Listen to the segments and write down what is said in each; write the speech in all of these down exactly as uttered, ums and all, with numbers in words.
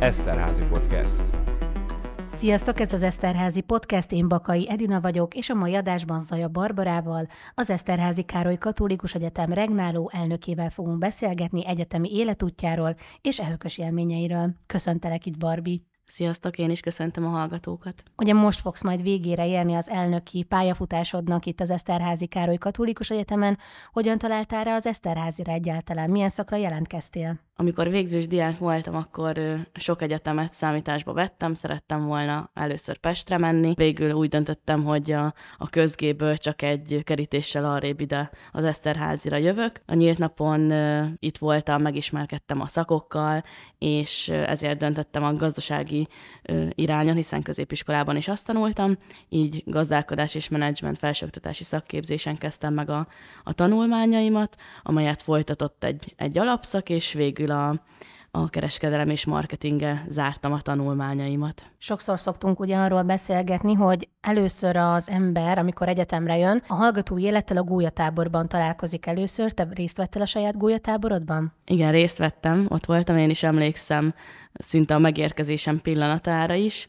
Eszterházy Podcast. Sziasztok, ez az Eszterházy Podcast, én Bakai Edina vagyok, és a mai adásban Zaja Barbarával, az Eszterházy Károly Katolikus Egyetem regnáló elnökével fogunk beszélgetni egyetemi életútjáról és ehökös élményeiről. Köszöntelek itt, Barbi! Sziasztok, én is köszöntöm a hallgatókat. Ugye most fogsz majd végére érni az elnöki pályafutásodnak itt az Eszterházy Károly Katolikus Egyetemen. Hogyan találtál rá az Eszterházyra egyáltalán? Milyen szakra jelentkeztél? Amikor végzős diák voltam, akkor sok egyetemet számításba vettem, szerettem volna először Pestre menni. Végül úgy döntöttem, hogy a, a közgéből csak egy kerítéssel arrébb ide az Eszterházyra jövök. A nyílt napon uh, itt voltam, megismerkedtem a szakokkal, és uh, ezért döntöttem a gazdasági uh, irányon, hiszen középiskolában is azt tanultam, így gazdálkodás és menedzsment felsőoktatási szakképzésen kezdtem meg a, a tanulmányaimat, amelyet folytatott egy, egy alapszak, és végül A, a kereskedelem és marketinggel zártam a tanulmányaimat. Sokszor szoktunk ugye arról beszélgetni, hogy először az ember, amikor egyetemre jön, a hallgatói élettel a gólyatáborban találkozik először. Te részt vettél a saját gólyatáborodban? Igen, részt vettem, ott voltam, én is emlékszem szinte a megérkezésem pillanatára is,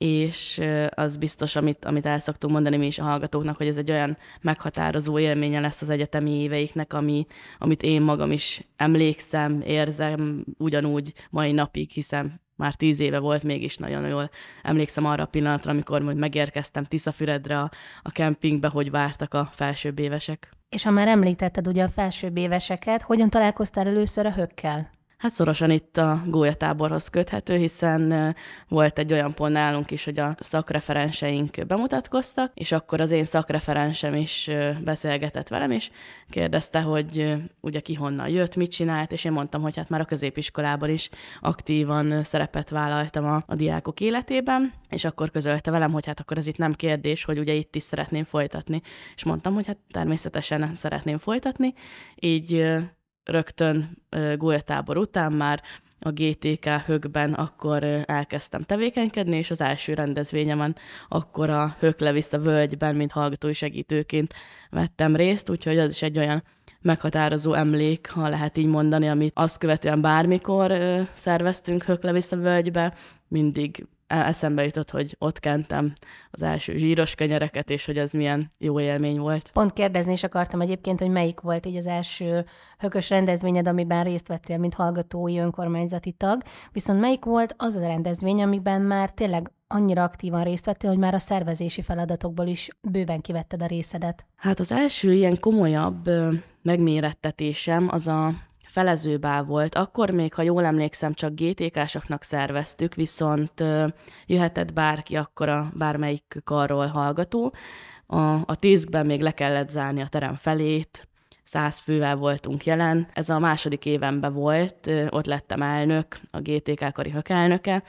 és az biztos, amit, amit el szoktunk mondani mi is a hallgatóknak, hogy ez egy olyan meghatározó élménye lesz az egyetemi éveiknek, ami, amit én magam is emlékszem, érzem ugyanúgy mai napig, hiszen már tíz éve volt, mégis nagyon jól emlékszem arra a pillanatra, amikor majd megérkeztem Tiszafüredre a, a kempingbe, hogy vártak a felsőbb évesek. És ha már említetted ugye a felsőbb éveseket, hogyan találkoztál először a hökkel? Hát szorosan itt a gólyatáborhoz köthető, hiszen volt egy olyan pont nálunk is, hogy a szakreferenseink bemutatkoztak, és akkor az én szakreferensem is beszélgetett velem, és kérdezte, hogy ugye ki honnan jött, mit csinált, és én mondtam, hogy hát már a középiskolában is aktívan szerepet vállaltam a, a diákok életében, és akkor közölte velem, hogy hát akkor ez itt nem kérdés, hogy ugye itt is szeretném folytatni. És mondtam, hogy hát természetesen szeretném folytatni, így rögtön gólyatábor után már a gé té ká Hökben akkor elkezdtem tevékenykedni, és az első rendezvényemen akkor a Hök levisz a völgyben, mint hallgatói segítőként vettem részt, úgyhogy az is egy olyan meghatározó emlék, ha lehet így mondani, amit azt követően bármikor szerveztünk Hök levisz a völgybe, mindig eszembe jutott, hogy ott kentem az első zsíros kenyereket, és hogy ez milyen jó élmény volt. Pont kérdezni is akartam egyébként, hogy melyik volt így az első hökös rendezvényed, amiben részt vettél, mint hallgatói önkormányzati tag, viszont melyik volt az a rendezvény, amiben már tényleg annyira aktívan részt vettél, hogy már a szervezési feladatokból is bőven kivetted a részedet? Hát az első ilyen komolyabb megmérettetésem az a felezőbál volt. Akkor még, ha jól emlékszem, csak gé té ká-soknak szerveztük, viszont jöhetett bárki, akkor a bármelyik karról hallgató. A, a tízben még le kellett zárni a terem felét, száz fővel voltunk jelen. Ez a második évemben volt, ott lettem elnök, a gé té ká kari hökelnöke,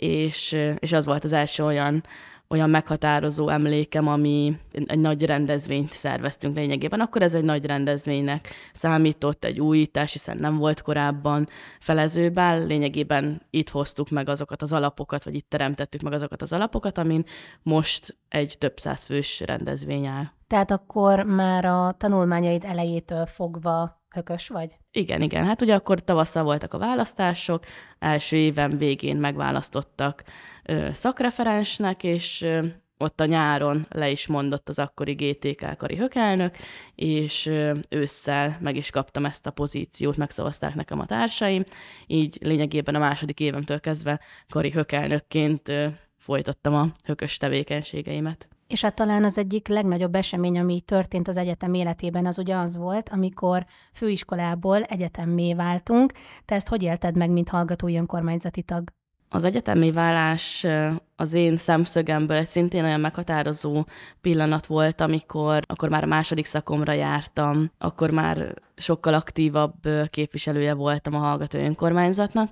és, és az volt az első olyan olyan meghatározó emlékem, ami egy nagy rendezvényt szerveztünk lényegében. Akkor ez egy nagy rendezvénynek számított, egy újítás, hiszen nem volt korábban felezőbál. Lényegében itt hoztuk meg azokat az alapokat, vagy itt teremtettük meg azokat az alapokat, amin most egy több száz fős rendezvény áll. Tehát akkor már a tanulmányaid elejétől fogva hökös vagy? Igen, igen. Hát ugye akkor tavasszal voltak a választások, első éven végén megválasztottak ö, szakreferensnek, és ö, ott a nyáron le is mondott az akkori gé té ká kari hökelnök, és ö, ősszel meg is kaptam ezt a pozíciót, megszavazták nekem a társaim, így lényegében a második évemtől kezdve kari hökelnökként ö, folytattam a hökös tevékenységeimet. És hát talán az egyik legnagyobb esemény, ami történt az egyetem életében, az ugye az volt, amikor főiskolából egyetemmé váltunk. Te ezt hogy élted meg, mint hallgatói önkormányzati tag? Az egyetemi válás az én szemszögemből egy szintén olyan meghatározó pillanat volt, amikor akkor már a második szakomra jártam, akkor már sokkal aktívabb képviselője voltam a hallgatói önkormányzatnak,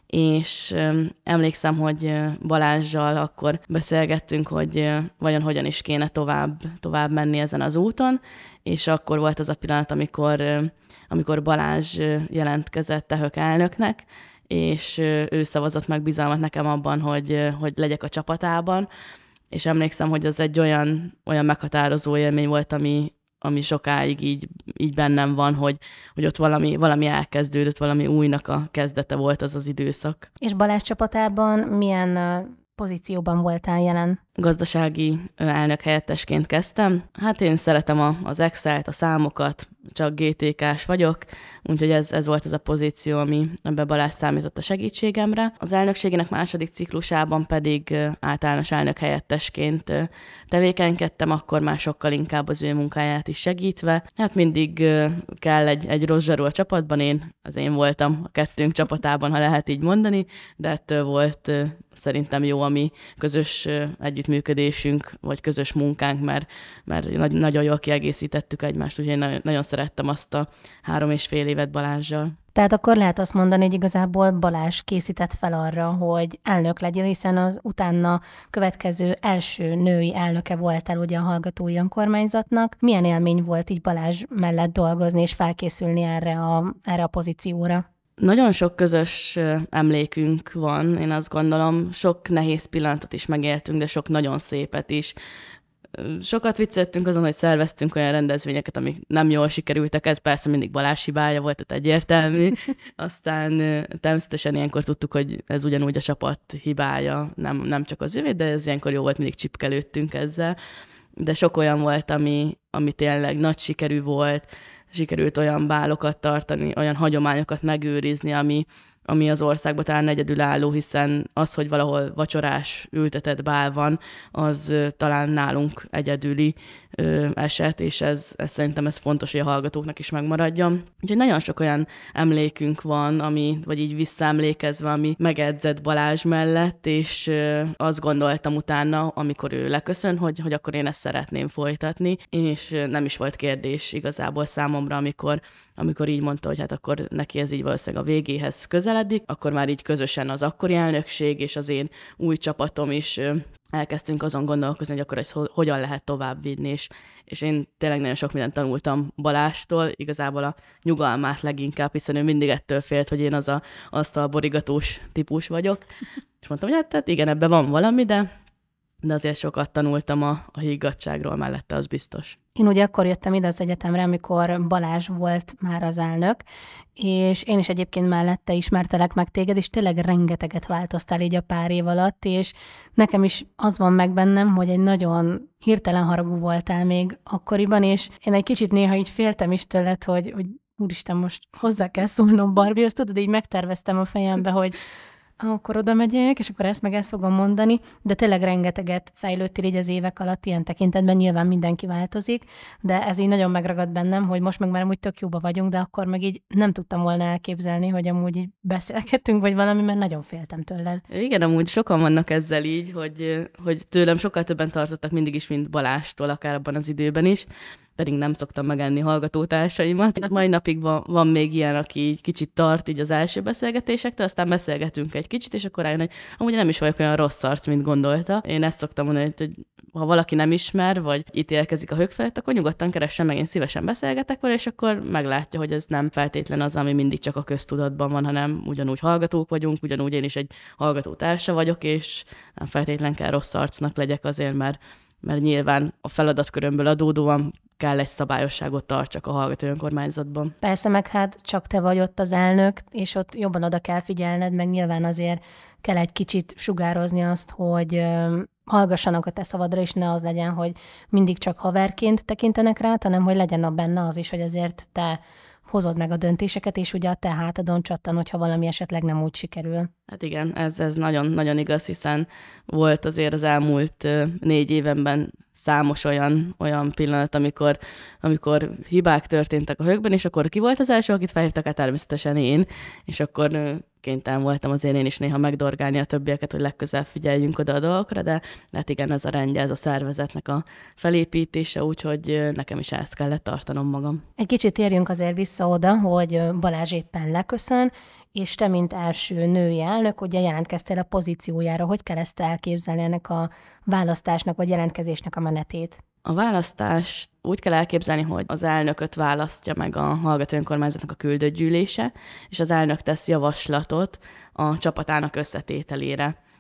és emlékszem, hogy Balázssal akkor beszélgettünk, hogy vajon hogyan is kéne tovább, tovább menni ezen az úton, és akkor volt az a pillanat, amikor, amikor Balázs jelentkezett Tehök elnöknek, és ő szavazott meg bizalmat nekem abban, hogy, hogy legyek a csapatában, és emlékszem, hogy az egy olyan, olyan meghatározó élmény volt, ami, ami sokáig így, így bennem van, hogy, hogy ott valami, valami elkezdődött, valami újnak a kezdete volt az az időszak. És Balázs csapatában milyen pozícióban voltál jelen? Gazdasági elnök helyettesként kezdtem. Hát én szeretem a, az Excelt, a számokat, csak gé té ká-s vagyok, úgyhogy ez, ez volt az a pozíció, ami ebbe Balázs számított a segítségemre. Az elnökségének második ciklusában pedig általános elnök helyettesként tevékenykedtem, akkor már sokkal inkább az ő munkáját is segítve. Hát mindig kell egy, egy rossz zsaru a csapatban, én az én voltam a kettőnk csapatában, ha lehet így mondani, de ettől volt szerintem jó a mi közös együttműködésünk, vagy közös munkánk, mert, mert nagyon jól kiegészítettük egymást, úgyhogy én nagyon, nagyon szerettem azt a három és fél évet Balázssal. Tehát akkor lehet azt mondani, hogy igazából Balázs készített fel arra, hogy elnök legyél, hiszen az utána következő első női elnöke voltál ugye a Hallgatói Önkormányzatnak. Milyen élmény volt így Balázs mellett dolgozni és felkészülni erre a, erre a pozícióra? Nagyon sok közös emlékünk van, én azt gondolom, sok nehéz pillanatot is megéltünk, de sok nagyon szépet is. Sokat vicceltünk azon, hogy szerveztünk olyan rendezvényeket, amik nem jól sikerültek, ez persze mindig Balázs hibája volt, tehát egyértelmű. Aztán természetesen ilyenkor tudtuk, hogy ez ugyanúgy a csapat hibája, nem, nem csak az övé, de ez ilyenkor jó volt, mindig csipkelődtünk ezzel. De sok olyan volt, ami, ami tényleg nagy sikerű volt, sikerült olyan bálokat tartani, olyan hagyományokat megőrizni, ami, ami az országban talán egyedülálló, hiszen az, hogy valahol vacsorás ültetett bál van, az talán nálunk egyedüli ö, eset, és ez, ez szerintem ez fontos, hogy a hallgatóknak is megmaradjon. Úgyhogy nagyon sok olyan emlékünk van, ami, vagy így visszaemlékezve, ami megedzett Balázs mellett, és ö, azt gondoltam utána, amikor ő leköszön, hogy, hogy akkor én ezt szeretném folytatni, és nem is volt kérdés igazából számomra, amikor amikor így mondta, hogy hát akkor neki ez így valószínűleg a végéhez közeledik, akkor már így közösen az akkori elnökség és az én új csapatom is elkezdtünk azon gondolkozni, hogy akkor ezt hogyan lehet tovább vinni, és, és én tényleg nagyon sok mindent tanultam Balástól, igazából a nyugalmát leginkább, hiszen ő mindig ettől félt, hogy én az a asztalborigatós típus vagyok. És mondtam, hogy hát, hát igen, ebben van valami, de de azért sokat tanultam a, a higgadtságról mellette, az biztos. Én ugye akkor jöttem ide az egyetemre, amikor Balázs volt már az elnök, és én is egyébként mellette ismertelek meg téged, és tényleg rengeteget változtál így a pár év alatt, és nekem is az van meg bennem, hogy egy nagyon hirtelen haragú voltál még akkoriban, és én egy kicsit néha így féltem is tőled, hogy, hogy úristen, most hozzá kell szólnom Barbiehoz, tudod, így megterveztem a fejembe, hogy akkor oda megyek, és akkor ezt meg ezt fogom mondani, de tényleg rengeteget fejlődtél így az évek alatt ilyen tekintetben, nyilván mindenki változik, de ez így nagyon megragad bennem, hogy most meg már amúgy tök jóba vagyunk, de akkor meg így nem tudtam volna elképzelni, hogy amúgy így beszélgettünk, vagy valami, mert nagyon féltem tőled. Igen, amúgy sokan vannak ezzel így, hogy, hogy tőlem sokkal többen tartottak mindig is, mint Balástól, akár abban az időben is, pedig nem szoktam megenni hallgatótársaimat. Mai napig van, van még ilyen, aki így kicsit tart így az első beszélgetésektől, aztán beszélgetünk egy kicsit, és akkor rájön, hogy amúgy nem is vagyok olyan rossz arc, mint gondolta. Én ezt szoktam mondani, hogy ha valaki nem ismer, vagy ítélkezik a hők felett, akkor nyugodtan keressen meg, én szívesen beszélgetek vele, és akkor meglátja, hogy ez nem feltétlen az, ami mindig csak a köztudatban van, hanem ugyanúgy hallgatók vagyunk, ugyanúgy én is egy hallgatótársa vagyok, és nem feltétlen kell rossz arcnak legyek azért, mert, mert nyilván a feladatkörömből adódóan kell egy szabályosságot tartsak a Hallgatói Önkormányzatban. Persze, meg hát csak te vagy ott az elnök, és ott jobban oda kell figyelned, meg nyilván azért kell egy kicsit sugározni azt, hogy ö, hallgassanak a te szavadra, és ne az legyen, hogy mindig csak haverként tekintenek rá, hanem hogy legyen a benne az is, hogy azért te hozod meg a döntéseket, és ugye a te hátadon csattan, hogyha valami esetleg nem úgy sikerül. Hát igen, ez, ez nagyon, nagyon igaz, hiszen volt azért az elmúlt négy évenben számos olyan, olyan pillanat, amikor, amikor hibák történtek a högben, és akkor ki volt az első, akit felhívtak, hát természetesen én, és akkor kénytelen voltam azért én is néha megdorgálni a többieket, hogy legközelebb figyeljünk oda a dolgokra, de hát igen, ez a rendje, ez a szervezetnek a felépítése, úgyhogy nekem is ezt kellett tartanom magam. Egy kicsit térjünk azért vissza oda, hogy Balázs éppen leköszön, és te, mint első női elnök, ugye jelentkeztél a pozíciójára. Hogy kell ezt elképzelni, ennek a választásnak, vagy jelentkezésnek a menetét? A választást úgy kell elképzelni, hogy az elnököt választja meg a Hallgatói Önkormányzatnak a küldött gyűlése, és az elnök tesz javaslatot a csapatának összetételére.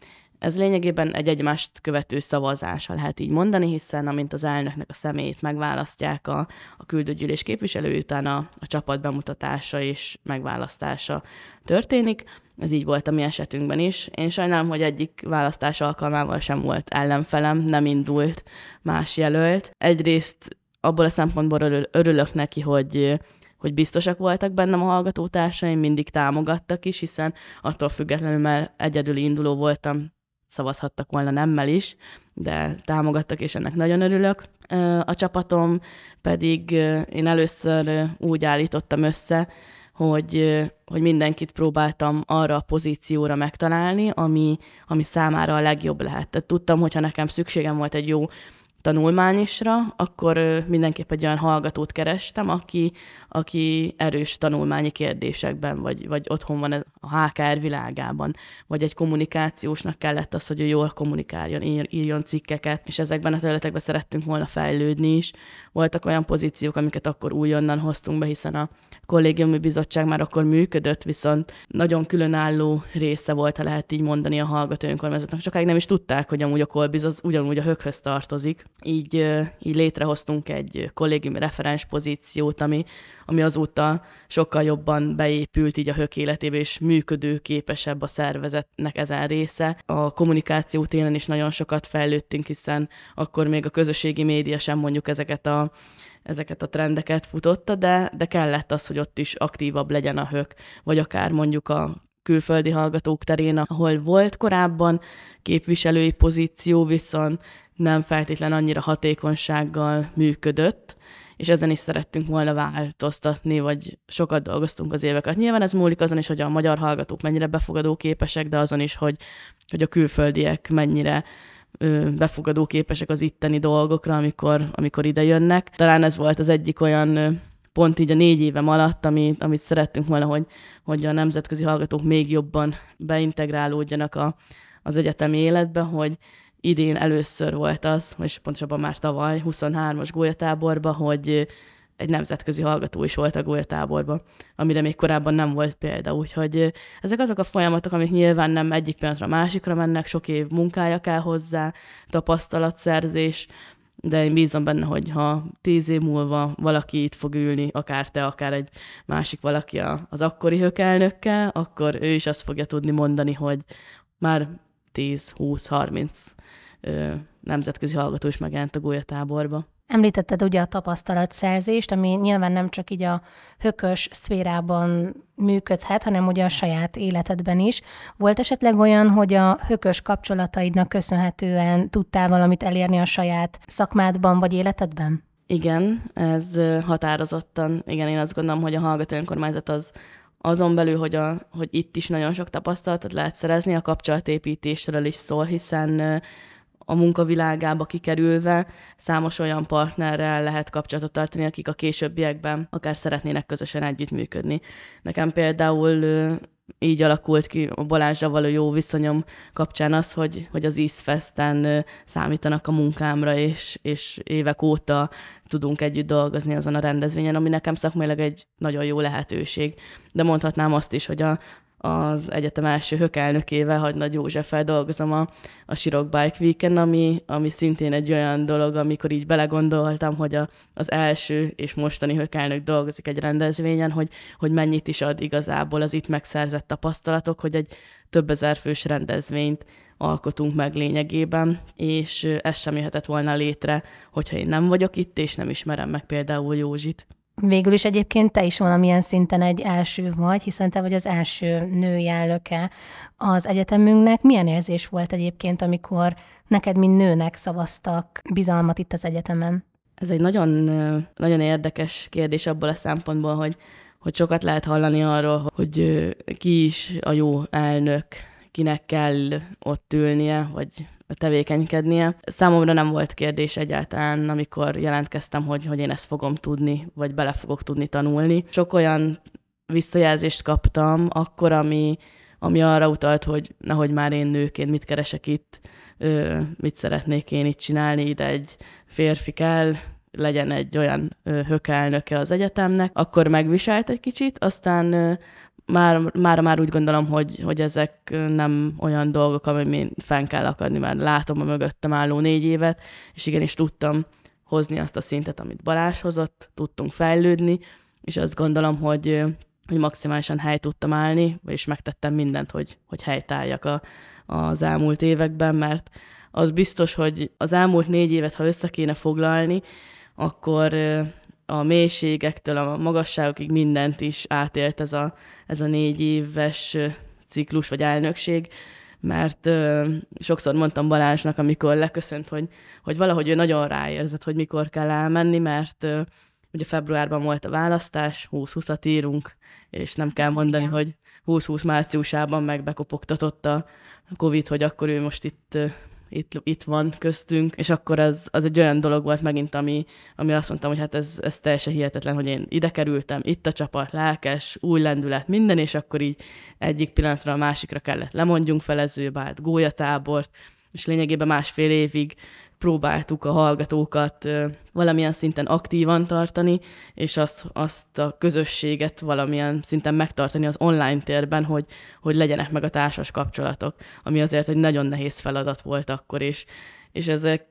Ez lényegében egy egymást követő szavazás, ha lehet így mondani, hiszen amint az elnöknek a személyét megválasztják a, a küldőgyűlés képviselő, utána a, a csapat bemutatása és megválasztása történik. Ez így volt a mi esetünkben is. Én sajnálom, hogy egyik választás alkalmával sem volt ellenfelem, nem indult más jelölt. Egyrészt abból a szempontból örül, örülök neki, hogy hogy biztosak voltak bennem a hallgatótársaim, mindig támogattak is, hiszen attól függetlenül, mert egyedüli induló voltam, szavazhattak volna nemmel is, de támogattak, és ennek nagyon örülök. A csapatom pedig én először úgy állítottam össze, hogy, hogy mindenkit próbáltam arra a pozícióra megtalálni, ami, ami számára a legjobb lehet. Tehát tudtam, hogyha nekem szükségem volt egy jó tanulmányisra, akkor mindenképp egy olyan hallgatót kerestem, aki, aki erős tanulmányi kérdésekben, vagy, vagy otthon van a há ká er világában, vagy egy kommunikációsnak kellett az, hogy ő jól kommunikáljon, ír, írjon cikkeket, és ezekben a területekben szerettünk volna fejlődni is. Voltak olyan pozíciók, amiket akkor újonnan hoztunk be, hiszen a kollégiumi bizottság már akkor működött, viszont nagyon különálló része volt, ha lehet így mondani, a hallgató önkormányzatnak. Sokáig nem is tudták, hogy amúgy a Kolbiz az ugyanúgy a hökhöz tartozik. Így, így létrehoztunk egy kollégiumi referens pozíciót, ami, ami azóta sokkal jobban beépült így a hök életébe, és működőképesebb a szervezetnek ezen része. A kommunikáció téren is nagyon sokat fejlődtünk, hiszen akkor még a közösségi média sem mondjuk ezeket a ezeket a trendeket futotta, de, de kellett az, hogy ott is aktívabb legyen a hök, vagy akár mondjuk a külföldi hallgatók terén, ahol volt korábban képviselői pozíció, viszont nem feltétlen annyira hatékonysággal működött, és ezen is szerettünk volna változtatni, vagy sokat dolgoztunk az éveket. Nyilván ez múlik azon is, hogy a magyar hallgatók mennyire befogadóképesek, de azon is, hogy, hogy a külföldiek mennyire befogadóképesek az itteni dolgokra, amikor, amikor ide jönnek. Talán ez volt az egyik olyan pont így a négy évem alatt, amit, amit szerettünk volna, hogy, hogy a nemzetközi hallgatók még jobban beintegrálódjanak a, az egyetemi életbe, hogy idén először volt az, és pontosabban már tavaly, huszonhármas gólyatáborban, hogy egy nemzetközi hallgató is volt a gólyatáborban, amire még korábban nem volt példa. Úgyhogy ezek azok a folyamatok, amik nyilván nem egyik pillanatra a másikra mennek, sok év munkája kell hozzá, tapasztalatszerzés, de én bízom benne, hogy ha tíz év múlva valaki itt fog ülni, akár te, akár egy másik valaki az akkori hökelnökkel, akkor ő is azt fogja tudni mondani, hogy már tíz, húsz, harminc nemzetközi hallgató is megjelent a gólyatáborba. Említetted ugye a tapasztalatszerzést, ami nyilván nem csak így a hökös szférában működhet, hanem ugye a saját életedben is. Volt esetleg olyan, hogy a hökös kapcsolataidnak köszönhetően tudtál valamit elérni a saját szakmádban vagy életedben? Igen, ez határozottan. Igen, én azt gondolom, hogy a hallgató önkormányzat az azon belül, hogy, a, hogy itt is nagyon sok tapasztalatot lehet szerezni, a kapcsolatépítésről is szól, hiszen a munkavilágába kikerülve számos olyan partnerrel lehet kapcsolatot tartani, akik a későbbiekben akár szeretnének közösen együttműködni. Nekem például így alakult ki a Balázsra való jó viszonyom kapcsán az, hogy, hogy az Ízfesten számítanak a munkámra, és, és évek óta tudunk együtt dolgozni azon a rendezvényen, ami nekem szakmailag egy nagyon jó lehetőség. De mondhatnám azt is, hogy a az egyetem első hökelnökével, Hagynagy Józseffel dolgozom a, a Sirok Bike Weeken, ami, ami szintén egy olyan dolog, amikor így belegondoltam, hogy a, az első és mostani hökelnök dolgozik egy rendezvényen, hogy, hogy mennyit is ad igazából az itt megszerzett tapasztalatok, hogy egy több ezer fős rendezvényt alkotunk meg lényegében, és ez sem jöhetett volna létre, hogyha én nem vagyok itt, és nem ismerem meg például Józsit. Végül is egyébként te is valamilyen szinten egy első vagy, hiszen te vagy az első női elnöke az egyetemünknek. Milyen érzés volt egyébként, amikor neked, mint nőnek szavaztak bizalmat itt az egyetemen? Ez egy nagyon, nagyon érdekes kérdés abból a szempontból, hogy, hogy sokat lehet hallani arról, hogy ki is a jó elnök, kinek kell ott ülnie, vagy tevékenykednie. Számomra nem volt kérdés egyáltalán, amikor jelentkeztem, hogy, hogy én ezt fogom tudni, vagy bele fogok tudni tanulni. Sok olyan visszajelzést kaptam akkor, ami, ami arra utalt, hogy nehogy már én nőként mit keresek itt, mit szeretnék én itt csinálni, ide egy férfi kell, legyen egy olyan hökelnöke az egyetemnek. Akkor megviselt egy kicsit, aztán már, már, már úgy gondolom, hogy, hogy ezek nem olyan dolgok, amin fenn kell akadni, mert látom a mögöttem álló négy évet, és igenis tudtam hozni azt a szintet, amit Balázs hozott, tudtunk fejlődni, és azt gondolom, hogy, hogy maximálisan hely tudtam állni, és megtettem mindent, hogy, hogy helytálljak a, az elmúlt években, mert az biztos, hogy az elmúlt négy évet, ha össze kéne foglalni, akkor a mélységektől a magasságokig mindent is átélt ez a, ez a négy éves ciklus vagy elnökség, mert ö, sokszor mondtam Balázsnak, amikor leköszönt, hogy, hogy valahogy ő nagyon ráérzett, hogy mikor kell elmenni, mert ö, ugye februárban volt a választás, húsz-húszat írunk, és nem kell mondani, igen, hogy húsz-húsz márciusában megbekopogtatott a Covid, hogy akkor ő most itt Itt, itt van köztünk, és akkor az, az egy olyan dolog volt megint, ami, ami azt mondtam, hogy hát ez, ez teljesen hihetetlen, hogy én ide kerültem, itt a csapat, lelkes, új lendület, minden, és akkor így egyik pillanatra a másikra kellett lemondjunk felezőbált, gólyatábort, és lényegében másfél évig próbáltuk a hallgatókat valamilyen szinten aktívan tartani, és azt, azt a közösséget valamilyen szinten megtartani az online térben, hogy, hogy legyenek meg a társas kapcsolatok, ami azért egy nagyon nehéz feladat volt akkor, és, és ezek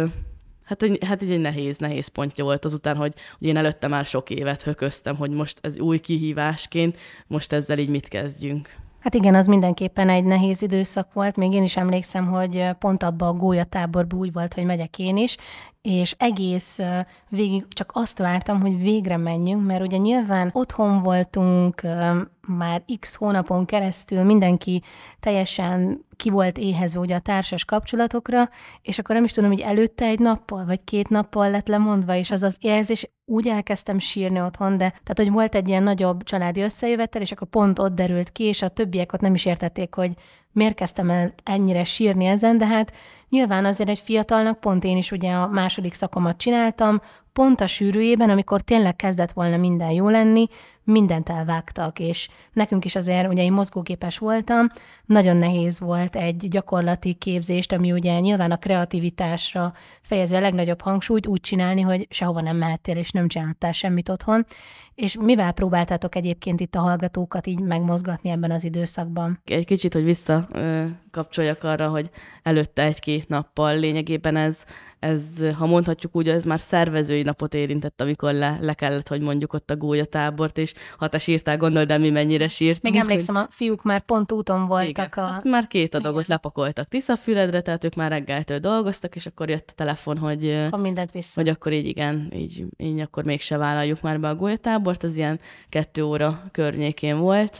hát egy, hát egy nehéz, nehéz pontja volt azután, hogy, hogy én előtte már sok évet hököztem, hogy most ez új kihívásként, most ezzel így mit kezdjünk. Hát igen, az mindenképpen egy nehéz időszak volt. Még én is emlékszem, hogy pont abban a gólyatáborban úgy volt, hogy megyek én is, és egész végig csak azt vártam, hogy végre menjünk, mert ugye nyilván otthon voltunk már x hónapon keresztül, mindenki teljesen ki volt éhezve ugye a társas kapcsolatokra, és akkor nem is tudom, hogy előtte egy nappal, vagy két nappal lett lemondva, és az az érzés, úgy elkezdtem sírni otthon, de tehát, hogy volt egy ilyen nagyobb családi összejövetel, és akkor pont ott derült ki, és a többiek ott nem is értették, hogy miért kezdtem el ennyire sírni ezen, de hát nyilván azért egy fiatalnak, pont én is ugye a második szakomat csináltam, pont a sűrűjében, amikor tényleg kezdett volna minden jó lenni, mindent elvágtak, és nekünk is azért, ugye én mozgóképes voltam, nagyon nehéz volt egy gyakorlati képzést, ami ugye nyilván a kreativitásra fejezi a legnagyobb hangsúlyt, úgy csinálni, hogy sehova nem mehettél, és nem csináltál semmit otthon. És mivel próbáltátok egyébként itt a hallgatókat így megmozgatni ebben az időszakban? Egy kicsit, hogy visszakapcsoljak arra, hogy előtte egy-két nappal lényegében ez, ez, ha mondhatjuk úgy, ez már szervezői napot érintett, amikor le, le kellett, hogy mondjuk ott a gólyatábort, és ha te sírtál, gondold el, mi mennyire sírtunk. Még emlékszem, a fiúk már pont úton voltak. Igen, a... már két adagot igen. lepakoltak Tiszafüredre, tehát ők már reggeltől dolgoztak, és akkor jött a telefon, hogy, ha mindent vissza. hogy akkor így igen, így, így akkor mégse vállaljuk már be a gólyatábort, az ilyen kettő óra környékén volt,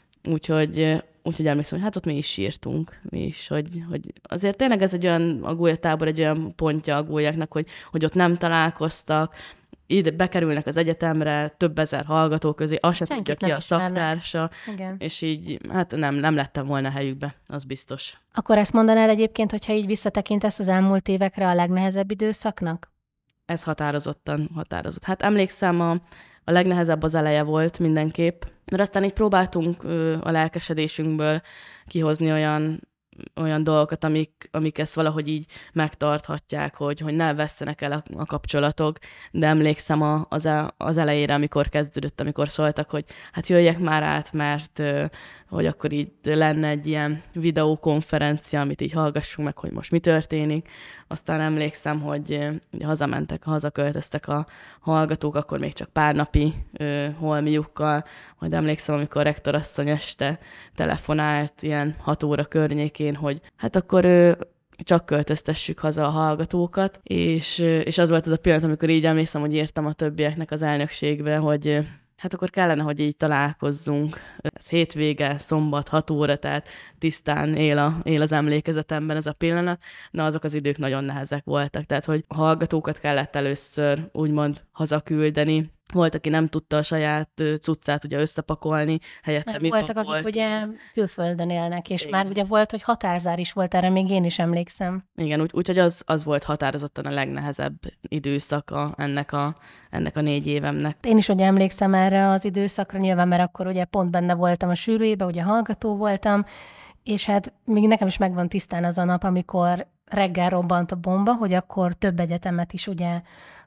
úgyhogy Úgyhogy emlékszem, hogy hát ott mi is sírtunk, mi is, hogy, hogy azért tényleg ez egy olyan, a gólyatábor egy olyan pontja a gólyáknak, hogy, hogy ott nem találkoztak, ide bekerülnek az egyetemre, több ezer hallgató közé, azt se tudja ki a szaktársa, és így hát nem, nem lettem volna helyükbe, az biztos. Akkor ezt mondanád egyébként, hogyha így visszatekintesz az elmúlt évekre a legnehezebb időszaknak? Ez határozottan határozott. Hát emlékszem, a, a legnehezebb az eleje volt mindenképp, mert aztán így próbáltunk ö, a lelkesedésünkből kihozni olyan, olyan dolgokat, amik, amik ezt valahogy így megtarthatják, hogy, hogy ne vesszenek el a, a kapcsolatok, de emlékszem a, az, a, az elejére, amikor kezdődött, amikor szóltak, hogy hát jöjjek már át, mert ö, hogy akkor így lenne egy ilyen videókonferencia, amit így hallgassunk meg, hogy most mi történik. Aztán emlékszem, hogy ugye hazamentek, hazaköltöztek a hallgatók, akkor még csak pár napi ö, holmiukkal, majd emlékszem, amikor rektorasszony este telefonált ilyen hat óra környékén, hogy hát akkor ö, csak költöztessük haza a hallgatókat, és, és az volt az a pillanat, amikor így emlékszem, hogy írtam a többieknek az elnökségbe, hogy hát akkor kellene, hogy így találkozzunk. Ez hétvége, szombat, hat óra, tehát tisztán él, a, él az emlékezetemben ez a pillanat, de azok az idők nagyon nehezek voltak, tehát hogy a hallgatókat kellett először úgymond hazaküldeni. Volt, aki nem tudta a saját cuccát ugye összepakolni, helyette mi voltak, akik volt. Ugye külföldön élnek, és igen. Már ugye volt, hogy határzár is volt, erre még én is emlékszem. Igen, úgy, úgyhogy az, az volt határozottan a legnehezebb időszaka ennek a, ennek a négy évemnek. Én is ugye emlékszem erre az időszakra, nyilván, mert akkor ugye pont benne voltam a sűrűjében, ugye hallgató voltam, és hát még nekem is megvan tisztán az a nap, amikor reggel robbant a bomba, hogy akkor több egyetemet is ugye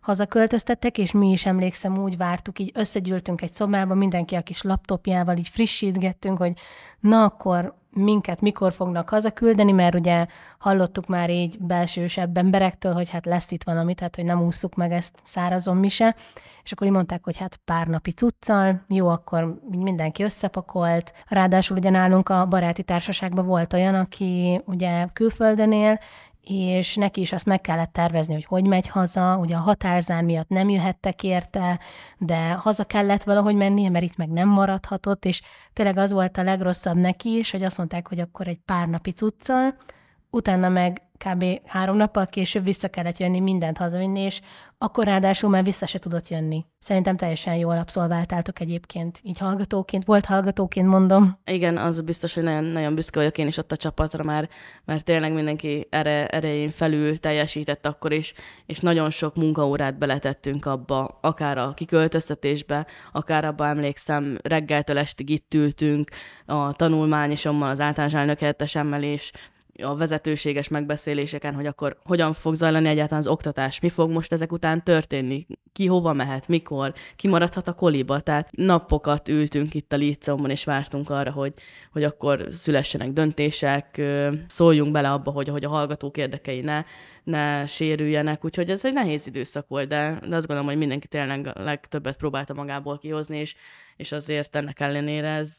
hazaköltöztettek, és mi is emlékszem úgy vártuk, így összegyűltünk egy szobába, mindenki a kis laptopjával így frissítgettünk, hogy na akkor minket mikor fognak hazaküldeni, mert ugye hallottuk már így belsősebb emberektől, hogy hát lesz itt valami, tehát hogy nem ússzuk meg ezt szárazon mi se. És akkor így mondták, hogy hát pár napi cuccal, jó, akkor mindenki összepakolt. Ráadásul ugye nálunk a baráti társaságban volt olyan, aki ugye külföldön él, és neki is azt meg kellett tervezni, hogy hogy megy haza, ugye a határzár miatt nem jöhettek érte, de haza kellett valahogy mennie, mert itt meg nem maradhatott, és tényleg az volt a legrosszabb neki is, hogy azt mondták, hogy akkor egy pár napi cuccal, utána meg kb. Három nappal később vissza kellett jönni, mindent hazavinni, és akkor ráadásul már vissza se tudott jönni. Szerintem teljesen jól abszolváltátok egyébként, így hallgatóként, volt hallgatóként mondom. Igen, az biztos, hogy nagyon, nagyon büszke vagyok én is ott a csapatra már, mert tényleg mindenki ere, erején felül teljesített akkor is, és nagyon sok munkaórát beletettünk abba, akár a kiköltöztetésbe, akár abba emlékszem, reggeltől estig itt ültünk, a tanulmányosommal, az általános elnök helyettesemmel is, a vezetőséges megbeszéléseken, hogy akkor hogyan fog zajlani egyáltalán az oktatás, mi fog most ezek után történni, ki hova mehet, mikor, ki maradhat a koliba. Tehát napokat ültünk itt a líceumban, és vártunk arra, hogy, hogy akkor szülessenek döntések, szóljunk bele abba, hogy, hogy a hallgatók érdekei ne, ne sérüljenek. Úgyhogy ez egy nehéz időszak volt, de, de azt gondolom, hogy mindenki tényleg a legtöbbet próbálta magából kihozni, és, és azért ennek ellenére ez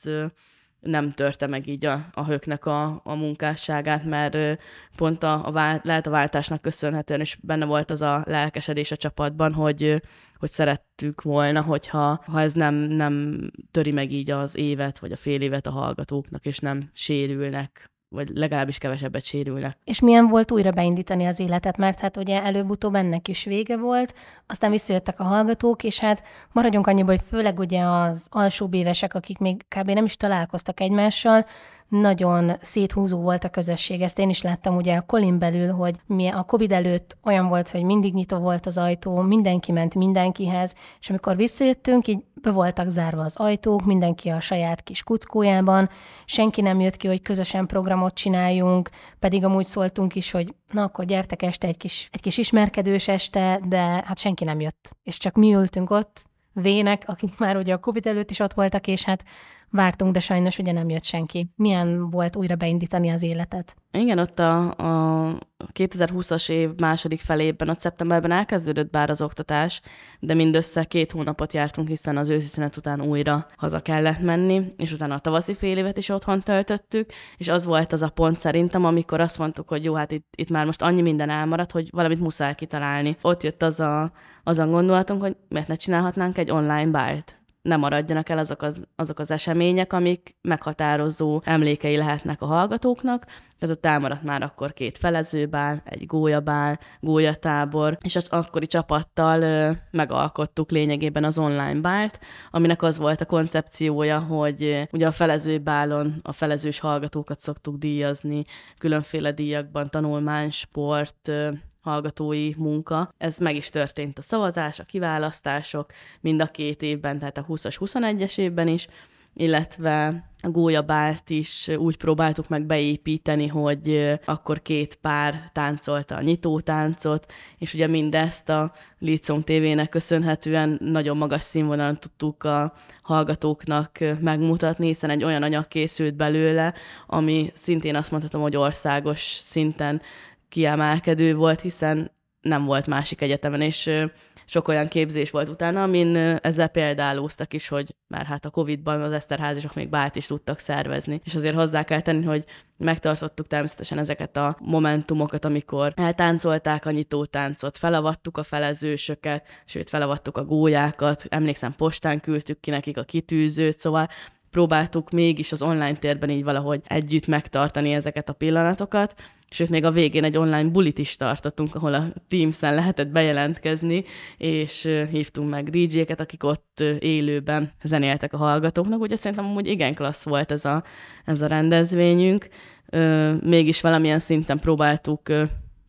nem törte meg így a, a höknek a, a munkásságát, mert pont a, a vált, lehet a váltásnak köszönhetően is benne volt az a lelkesedés a csapatban, hogy, hogy szerettük volna, hogyha ha ez nem, nem töri meg így az évet, vagy a fél évet a hallgatóknak, és nem sérülnek, vagy legalábbis kevesebbet sérülnek. És milyen volt újra beindítani az életet, mert hát ugye előbb-utóbb ennek is vége volt, aztán visszajöttek a hallgatók, és hát maradjunk annyiba, hogy főleg ugye az alsóbb évesek, akik még kb. Nem is találkoztak egymással, nagyon széthúzó volt a közösség. Ezt én is láttam ugye a kolin belül, hogy mi a Covid előtt olyan volt, hogy mindig nyitva volt az ajtó, mindenki ment mindenkihez, és amikor visszajöttünk, így be voltak zárva az ajtók, mindenki a saját kis kuckójában, senki nem jött ki, hogy közösen programot csináljunk, pedig amúgy szóltunk is, hogy na akkor gyertek este egy kis, egy kis ismerkedős este, de hát senki nem jött. És csak mi ültünk ott, vének, akik már ugye a Covid előtt is ott voltak, és hát vártunk, de sajnos ugye nem jött senki. Milyen volt újra beindítani az életet? Igen, ott a, a kétezer-húszas év második felében, ott szeptemberben elkezdődött bár az oktatás, de mindössze két hónapot jártunk, hiszen az őszi szünet után újra haza kellett menni, és utána a tavaszi fél évet is otthon töltöttük, és az volt az a pont szerintem, amikor azt mondtuk, hogy jó, hát itt, itt már most annyi minden elmaradt, hogy valamit muszáj kitalálni. Ott jött az a, az a gondolatunk, hogy miért ne csinálhatnánk egy online bárt. Ne maradjanak el azok az, azok az események, amik meghatározó emlékei lehetnek a hallgatóknak. Tehát ott elmaradt már akkor két felezőbál, egy gólyabál, gólyatábor, és az akkori csapattal ö, megalkottuk lényegében az online bárt, aminek az volt a koncepciója, hogy ö, ugye a felezőbálon a felezős hallgatókat szoktuk díjazni, különféle díjakban, tanulmány, sport, ö, hallgatói munka. Ez meg is történt a szavazás, a kiválasztások mind a két évben, tehát a húszas, huszonegyes évben is, illetve a gólyabárt is úgy próbáltuk meg beépíteni, hogy akkor két pár táncolta a nyitótáncot, és ugye mindezt a Líceum té vének köszönhetően nagyon magas színvonalon tudtuk a hallgatóknak megmutatni, hiszen egy olyan anyag készült belőle, ami szintén azt mondhatom, hogy országos szinten kiemelkedő volt, hiszen nem volt másik egyetemen, és sok olyan képzés volt utána, amin ezzel példálóztak is, hogy már hát a Covidban az Eszterházisok még bált is tudtak szervezni. És azért hozzá kell tenni, hogy megtartottuk természetesen ezeket a momentumokat, amikor eltáncolták a nyitótáncot, felavattuk a felezősöket, sőt felavattuk a gólyákat, emlékszem, postán küldtük ki nekik a kitűzőt, szóval próbáltuk mégis az online térben így valahogy együtt megtartani ezeket a pillanatokat, sőt, még a végén egy online bulit is tartottunk, ahol a Teams-en lehetett bejelentkezni, és hívtunk meg dé dzséket, akik ott élőben zenéltek a hallgatóknak, úgyhogy szerintem amúgy igen klassz volt ez a, ez a rendezvényünk. Mégis valamilyen szinten próbáltuk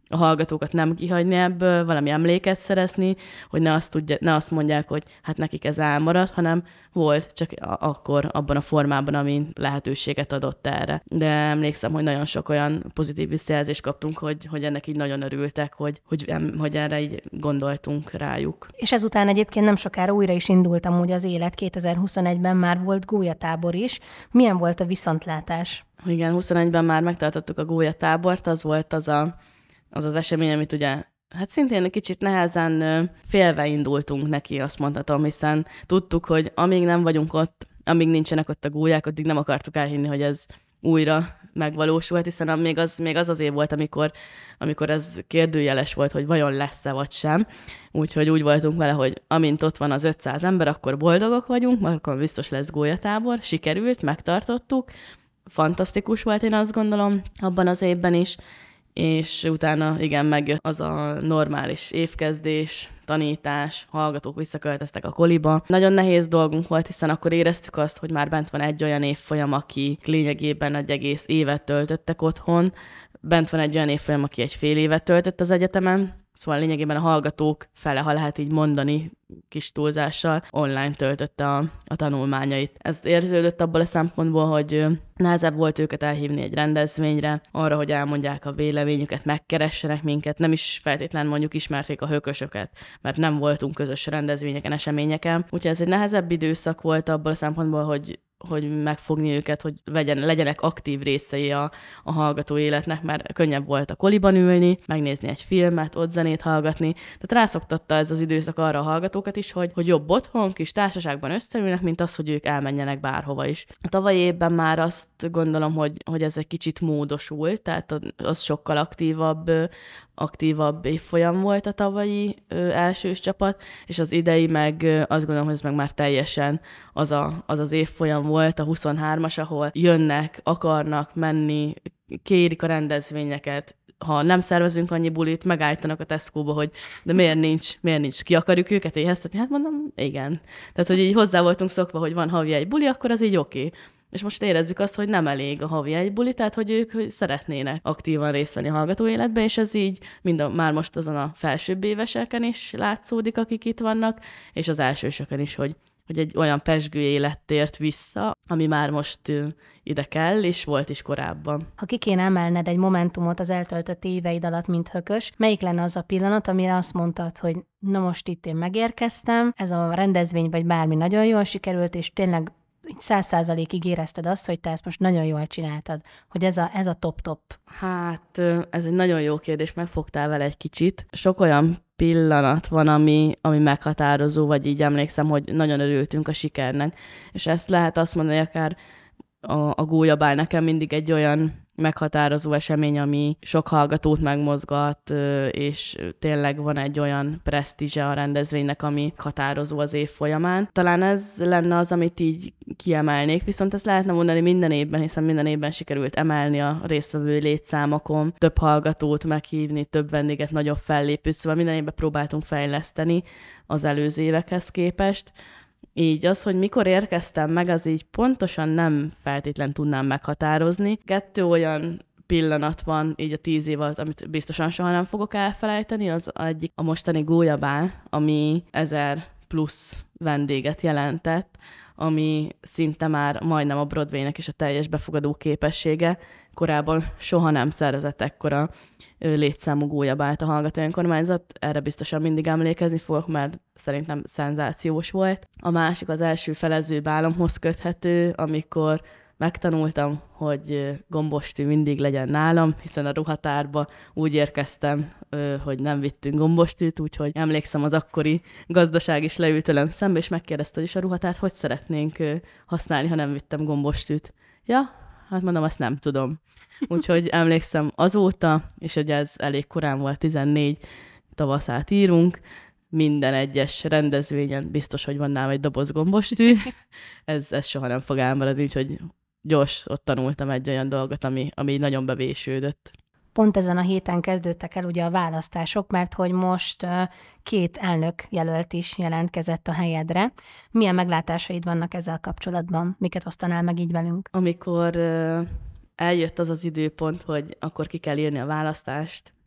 a hallgatókat nem kihagyni ebből, valami emléket szerezni, hogy ne azt, tudja, ne azt mondják, hogy hát nekik ez elmaradt, hanem volt, csak akkor abban a formában, ami lehetőséget adott erre. De emlékszem, hogy nagyon sok olyan pozitív visszajelzést kaptunk, hogy, hogy ennek így nagyon örültek, hogy, hogy, hogy erre így gondoltunk rájuk. És ezután egyébként nem sokára újra is indult amúgy az élet, kétezer-huszonegyben már volt gólyatábor is. Milyen volt a viszontlátás? Igen, huszonegyben már megtartottuk a gólyatábort, az volt az a, az, az esemény, amit ugye hát szintén egy kicsit nehezen félve indultunk neki, azt mondhatom, hiszen tudtuk, hogy amíg nem vagyunk ott, amíg nincsenek ott a gólyák, addig nem akartuk elhinni, hogy ez újra megvalósulhat, hiszen még az, még az az év volt, amikor, amikor ez kérdőjeles volt, hogy vajon lesz-e vagy sem. Úgyhogy úgy voltunk vele, hogy amint ott van az ötszáz ember, akkor boldogok vagyunk, akkor biztos lesz gólyatábor, sikerült, megtartottuk. Fantasztikus volt, én azt gondolom, abban az évben is, és utána igen, megjött az a normális évkezdés, tanítás, hallgatók visszaköltöztek a koliba. Nagyon nehéz dolgunk volt, hiszen akkor éreztük azt, hogy már bent van egy olyan évfolyam, aki lényegében egy egész évet töltöttek otthon, bent van egy olyan évfolyam, aki egy fél évet töltött az egyetemen, szóval lényegében a hallgatók fele, ha lehet így mondani, kis túlzással, online töltötte a, a tanulmányait. Ez érződött abból a szempontból, hogy nehezebb volt őket elhívni egy rendezvényre, arra, hogy elmondják a véleményüket, megkeressenek minket, nem is feltétlenül mondjuk ismerték a hökösöket, mert nem voltunk közös rendezvényeken, eseményeken. Úgyhogy ez egy nehezebb időszak volt abból a szempontból, hogy hogy megfogni őket, hogy legyen, legyenek aktív részei a, a hallgató életnek, mert könnyebb volt a koliban ülni, megnézni egy filmet, ott zenét hallgatni. Tehát rászoktatta ez az időszak arra a hallgatókat is, hogy, hogy jobb otthon, kis társaságban összeülnek, mint az, hogy ők elmenjenek bárhova is. A tavalyi évben már azt gondolom, hogy, hogy ez egy kicsit módosult, tehát az sokkal aktívabb aktívabb évfolyam volt a tavalyi ö, elsős csapat, és az idei meg ö, azt gondolom, hogy ez meg már teljesen az, a, az az évfolyam volt, a huszonhármas, ahol jönnek, akarnak menni, kérik a rendezvényeket, ha nem szervezünk annyi bulit, megállítanak a Tesco-ba, hogy de miért nincs, miért nincs, ki akarjuk őket éheztetni? Hát mondom, igen. Tehát, hogy így hozzá voltunk szokva, hogy van havi egy buli, akkor az így oké. Okay. És most érezzük azt, hogy nem elég a havi egy buli, tehát hogy ők hogy szeretnének aktívan részt venni a hallgató életben, és ez így mind a, már most azon a felsőbb éveseken is látszódik, akik itt vannak, és az elsősöken is, hogy, hogy egy olyan pezsgő élet tért vissza, ami már most ide kell, és volt is korábban. Ha ki kéne emelned egy momentumot az eltöltött éveid alatt, mint hökös, melyik lenne az a pillanat, amire azt mondtad, hogy na most itt én megérkeztem, ez a rendezvény vagy bármi nagyon jól sikerült, és tényleg száz százalékig érezted azt, hogy te ezt most nagyon jól csináltad, hogy ez a, ez a top-top? Hát ez egy nagyon jó kérdés, megfogtál vele egy kicsit. Sok olyan pillanat van, ami, ami meghatározó, vagy így emlékszem, hogy nagyon örültünk a sikernek. És ezt lehet azt mondani, akár a, a gólyabál nekem mindig egy olyan meghatározó esemény, ami sok hallgatót megmozgat, és tényleg van egy olyan presztízse a rendezvénynek, ami határozó az év folyamán. Talán ez lenne az, amit így kiemelnék, viszont ezt lehetne mondani minden évben, hiszen minden évben sikerült emelni a résztvevő létszámokon, több hallgatót meghívni, több vendéget, nagyobb fellépőt, szóval minden évben próbáltunk fejleszteni az előző évekhez képest. Így az, hogy mikor érkeztem meg, az így pontosan nem feltétlen tudnám meghatározni. Kettő olyan pillanat van így a tíz év alatt, amit biztosan soha nem fogok elfelejteni. Az egyik a mostani gólyabál, ami ezer plusz vendéget jelentett, ami szinte már majdnem a Broadwaynek is a teljes befogadó képessége. Korábban soha nem szervezett ekkora létszámú gólyabált a hallgató önkormányzat. Erre biztosan mindig emlékezni fogok, mert szerintem szenzációs volt. A másik az első felező bálomhoz köthető, amikor megtanultam, hogy gombostű mindig legyen nálam, hiszen a ruhatárba úgy érkeztem, hogy nem vittünk gombostűt, úgyhogy emlékszem, az akkori gazdaság is leült tőlem szembe, és megkérdezte, hogy is a ruhatárt hogy szeretnénk használni, ha nem vittem gombostűt. Ja, hát mondom, azt nem tudom. Úgyhogy emlékszem azóta, és hogy ez elég korán volt, tizennégy tavaszát írunk, minden egyes rendezvényen biztos, hogy van nálam egy doboz gombostű. Ez, ez soha nem fog elmaradni, úgyhogy gyors, ott tanultam egy olyan dolgot, ami, ami nagyon bevésődött. Pont ezen a héten kezdődtek el ugye a választások, mert hogy most uh, két elnök jelölt is jelentkezett a helyedre. Milyen meglátásaid vannak ezzel kapcsolatban? Miket osztanál meg így velünk? Amikor uh, eljött az az időpont, hogy akkor ki kell írni a választást,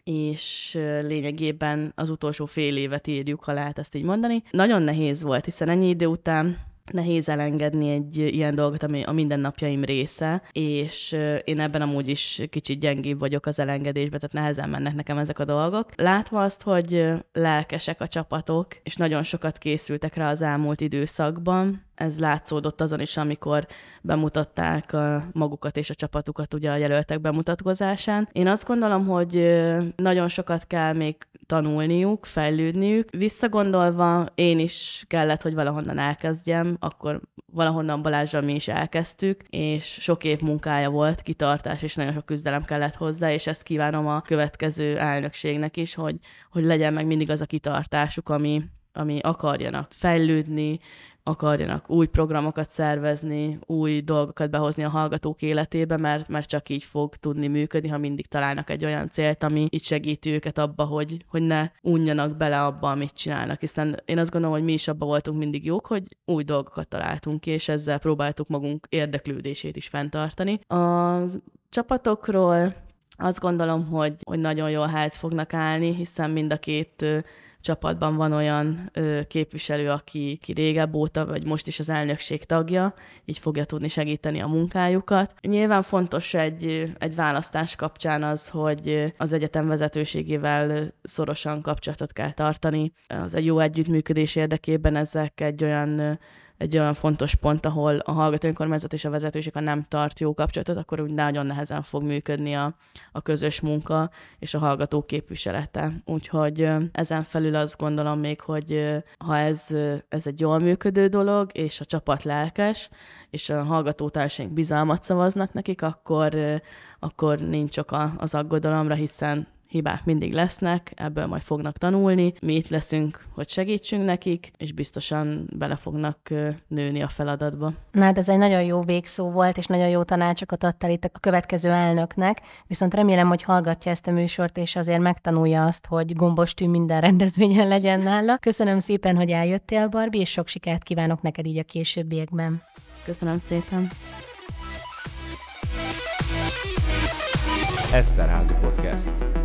és lényegében az utolsó fél évet írjuk, ha lehet ezt így mondani. Nagyon nehéz volt, hiszen ennyi idő után nehéz elengedni egy ilyen dolgot, ami a mindennapjaim része, és én ebben amúgy is kicsit gyengébb vagyok az elengedésben, tehát nehezen mennek nekem ezek a dolgok. Látva azt, hogy lelkesek a csapatok, és nagyon sokat készültek rá az elmúlt időszakban, ez látszódott azon is, amikor bemutatták a magukat és a csapatukat ugye a jelöltek bemutatkozásán. Én azt gondolom, hogy nagyon sokat kell még tanulniuk, fejlődniük. Visszagondolva én is kellett, hogy valahonnan elkezdjem, akkor valahonnan Balázsral mi is elkezdtük, és sok év munkája volt, kitartás, és nagyon sok küzdelem kellett hozzá, és ezt kívánom a következő elnökségnek is, hogy, hogy legyen meg mindig az a kitartásuk, ami, ami akarjanak fejlődni, akarjanak új programokat szervezni, új dolgokat behozni a hallgatók életébe, mert, mert csak így fog tudni működni, ha mindig találnak egy olyan célt, ami így segíti őket abba, hogy, hogy ne unjanak bele abba, amit csinálnak. Hiszen én azt gondolom, hogy mi is abba voltunk mindig jók, hogy új dolgokat találtunk ki, és ezzel próbáltuk magunk érdeklődését is fenntartani. A csapatokról azt gondolom, hogy, hogy nagyon jól helyt fognak állni, hiszen mind a két csapatban van olyan ö, képviselő, aki, aki régebb óta, vagy most is az elnökség tagja, így fogja tudni segíteni a munkájukat. Nyilván fontos egy, egy választás kapcsán az, hogy az egyetem vezetőségével szorosan kapcsolatot kell tartani. Az egy jó együttműködés érdekében ezek egy olyan egy olyan fontos pont, ahol a hallgató önkormányzat és a vezetőség, ha nem tart jó kapcsolatot, akkor úgy nagyon nehezen fog működni a, a közös munka és a hallgató képviselete. Úgyhogy ezen felül azt gondolom még, hogy ha ez, ez egy jól működő dolog, és a csapat lelkes, és a hallgatótársaink bizalmat szavaznak nekik, akkor, akkor nincs ok az aggodalomra, hiszen hibák mindig lesznek, ebből majd fognak tanulni. Mi itt leszünk, hogy segítsünk nekik, és biztosan bele fognak nőni a feladatba. Na hát ez egy nagyon jó végszó volt, és nagyon jó tanácsokat adtál itt a következő elnöknek, viszont remélem, hogy hallgatja ezt a műsort, és azért megtanulja azt, hogy gombostű minden rendezvényen legyen nála. Köszönöm szépen, hogy eljöttél, Barbie, és sok sikert kívánok neked így a későbbiekben. Köszönöm szépen. Eszterházi Podcast.